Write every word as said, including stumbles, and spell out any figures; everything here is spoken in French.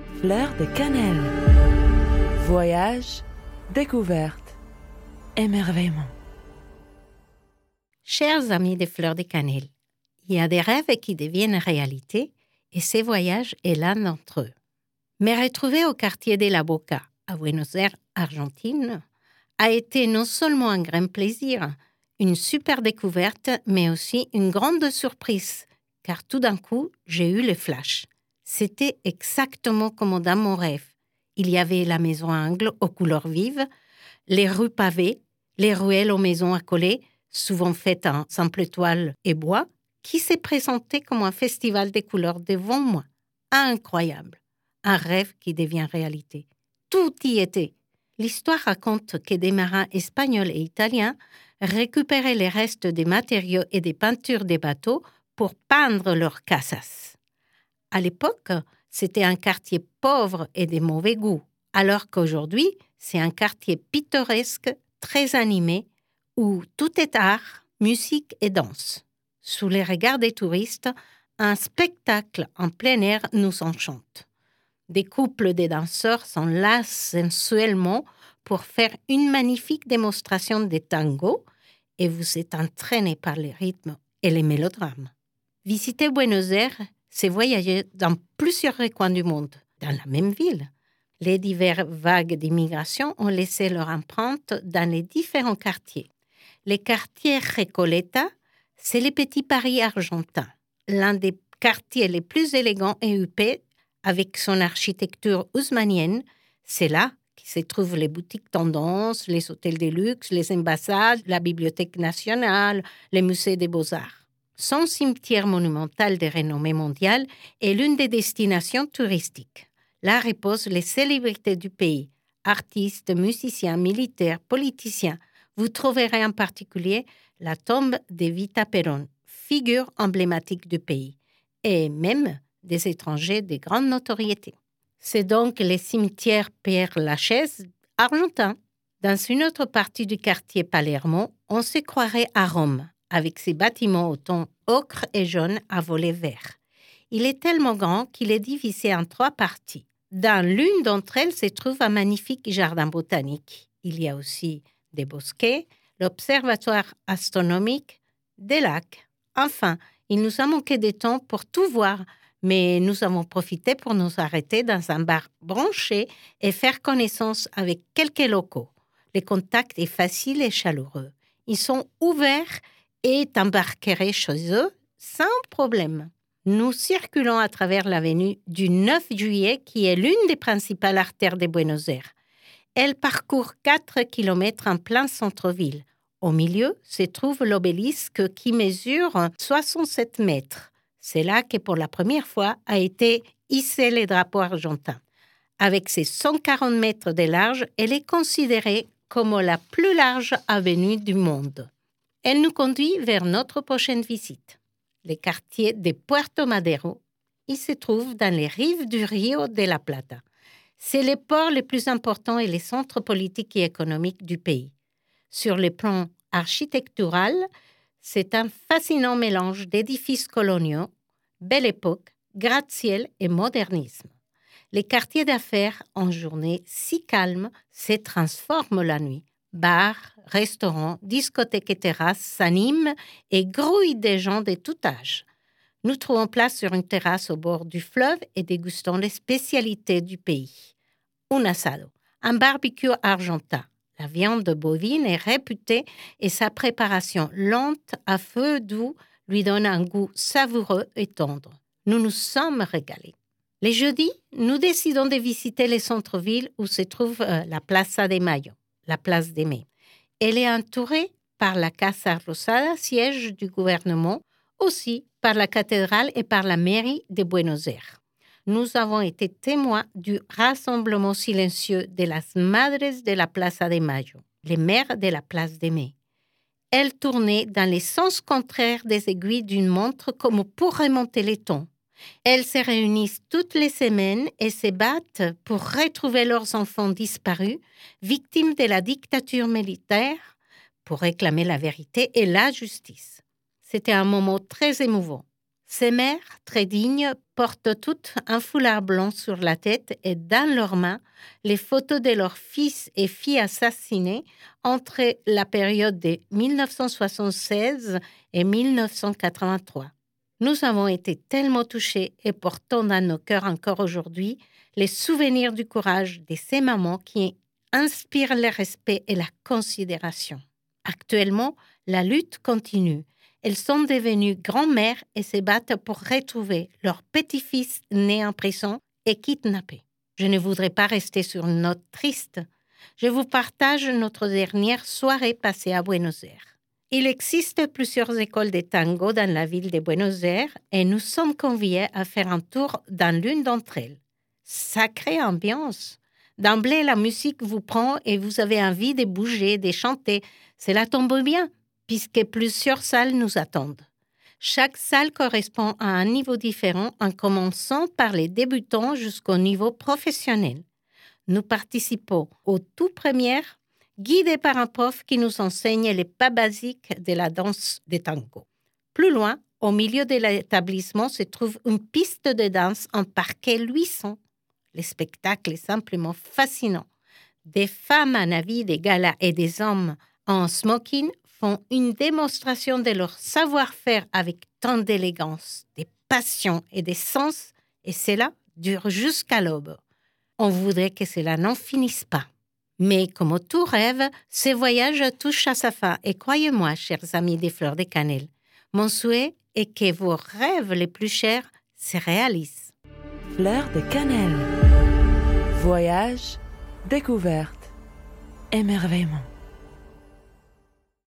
Fleur de cannelle. Voyage, découverte, émerveillement. Chers amis de Fleur de cannelle, il y a des rêves qui deviennent réalité et ces voyages est l'un d'entre eux. Me retrouver au quartier de La Boca, à Buenos Aires, Argentine, a été non seulement un grand plaisir, une super découverte, mais aussi une grande surprise, car tout d'un coup, j'ai eu le flash. C'était exactement comme dans mon rêve. Il y avait la maison angle aux couleurs vives, les rues pavées, les ruelles aux maisons accolées, souvent faites en simple toile et bois, qui s'est présenté comme un festival de couleurs devant moi. Incroyable! Un rêve qui devient réalité. Tout y était. L'histoire raconte que des marins espagnols et italiens récupéraient les restes des matériaux et des peintures des bateaux pour peindre leurs casas. À l'époque, c'était un quartier pauvre et de mauvais goût, alors qu'aujourd'hui, c'est un quartier pittoresque, très animé, où tout est art, musique et danse. Sous les regards des touristes, un spectacle en plein air nous enchante. Des couples de danseurs s'enlacent sensuellement pour faire une magnifique démonstration de tango et vous êtes entraîné par les rythmes et les mélodrames. Visiter Buenos Aires, c'est voyager dans plusieurs recoins du monde, dans la même ville. Les diverses vagues d'immigration ont laissé leur empreinte dans les différents quartiers. Les quartiers Recoleta, c'est le petit Paris argentin, l'un des quartiers les plus élégants et huppés avec son architecture haussmannienne. C'est là que se trouvent les boutiques tendances, les hôtels de luxe, les ambassades, la Bibliothèque nationale, les musées des beaux-arts. Son cimetière monumental de renommée mondiale est l'une des destinations touristiques. Là reposent les célébrités du pays, artistes, musiciens, militaires, politiciens. Vous trouverez en particulier la tombe de Vita Perón, figure emblématique du pays, et même des étrangers de grande notoriété. C'est donc le cimetière Père-Lachaise argentin. Dans une autre partie du quartier Palermo, on se croirait à Rome, avec ses bâtiments au ton ocre et jaune à volets verts. Il est tellement grand qu'il est divisé en trois parties. Dans l'une d'entre elles se trouve un magnifique jardin botanique. Il y a aussi des bosquets, l'observatoire astronomique, des lacs. Enfin, il nous a manqué de temps pour tout voir, mais nous avons profité pour nous arrêter dans un bar branché et faire connaissance avec quelques locaux. Le contact est facile et chaleureux. Ils sont ouverts et t'embarquerai chez eux sans problème. Nous circulons à travers l'avenue du neuf juillet qui est l'une des principales artères de Buenos Aires. Elle parcourt quatre kilomètres en plein centre-ville. Au milieu se trouve l'obélisque qui mesure soixante-sept mètres. C'est là que pour la première fois a été hissé le drapeau argentin. Avec ses cent quarante mètres de large, elle est considérée comme la plus large avenue du monde. Elle nous conduit vers notre prochaine visite, le quartier de Puerto Madero. Il se trouve dans les rives du Rio de la Plata. C'est le port le plus important et le centre politique et économique du pays. Sur le plan architectural, c'est un fascinant mélange d'édifices coloniaux, belle époque, gratte-ciel et modernisme. Les quartiers d'affaires en journée si calmes se transforment la nuit. Bars, restaurants, discothèques et terrasses s'animent et grouillent des gens de tout âge. Nous trouvons place sur une terrasse au bord du fleuve et dégustons les spécialités du pays. Un asado, un barbecue argentin. La viande bovine est réputée et sa préparation lente à feu doux lui donne un goût savoureux et tendre. Nous nous sommes régalés. Les jeudis, nous décidons de visiter le centre-ville où se trouve euh, la Plaza de Mayo, la place des Mai. Elle est entourée par la Casa Rosada, siège du gouvernement, aussi par la cathédrale et par la mairie de Buenos Aires. Nous avons été témoins du rassemblement silencieux de las Madres de la Plaza de Mayo, les mères de la place des Mai. Elles tournaient dans les sens contraires des aiguilles d'une montre comme pour remonter les temps. Elles se réunissent toutes les semaines et se battent pour retrouver leurs enfants disparus, victimes de la dictature militaire, pour réclamer la vérité et la justice. C'était un moment très émouvant. Ces mères, très dignes, portent toutes un foulard blanc sur la tête et dans leurs mains les photos de leurs fils et filles assassinés entre la période de dix-neuf cent soixante-seize et dix-neuf cent quatre-vingt-trois. Nous avons été tellement touchés et portons dans nos cœurs encore aujourd'hui les souvenirs du courage de ces mamans qui inspirent le respect et la considération. Actuellement, la lutte continue. Elles sont devenues grand-mères et se battent pour retrouver leur petit-fils né en prison et kidnappé. Je ne voudrais pas rester sur une note triste. Je vous partage notre dernière soirée passée à Buenos Aires. Il existe plusieurs écoles de tango dans la ville de Buenos Aires et nous sommes conviés à faire un tour dans l'une d'entre elles. Sacrée ambiance! D'emblée, la musique vous prend et vous avez envie de bouger, de chanter. Cela tombe bien, puisque plusieurs salles nous attendent. Chaque salle correspond à un niveau différent en commençant par les débutants jusqu'au niveau professionnel. Nous participons aux tout premières, guidés par un prof qui nous enseigne les pas basiques de la danse de tango. Plus loin, au milieu de l'établissement, se trouve une piste de danse en parquet luisant. Le spectacle est simplement fascinant. Des femmes en habits de gala et des hommes en smoking font une démonstration de leur savoir-faire avec tant d'élégance, de passion et de sens, et cela dure jusqu'à l'aube. On voudrait que cela n'en finisse pas. Mais comme tout rêve, ce voyage touche à sa fin. Et croyez-moi, chers amis des Fleurs de Cannelle, mon souhait est que vos rêves les plus chers se réalisent. Fleurs de Cannelle. Voyage, découverte, émerveillement.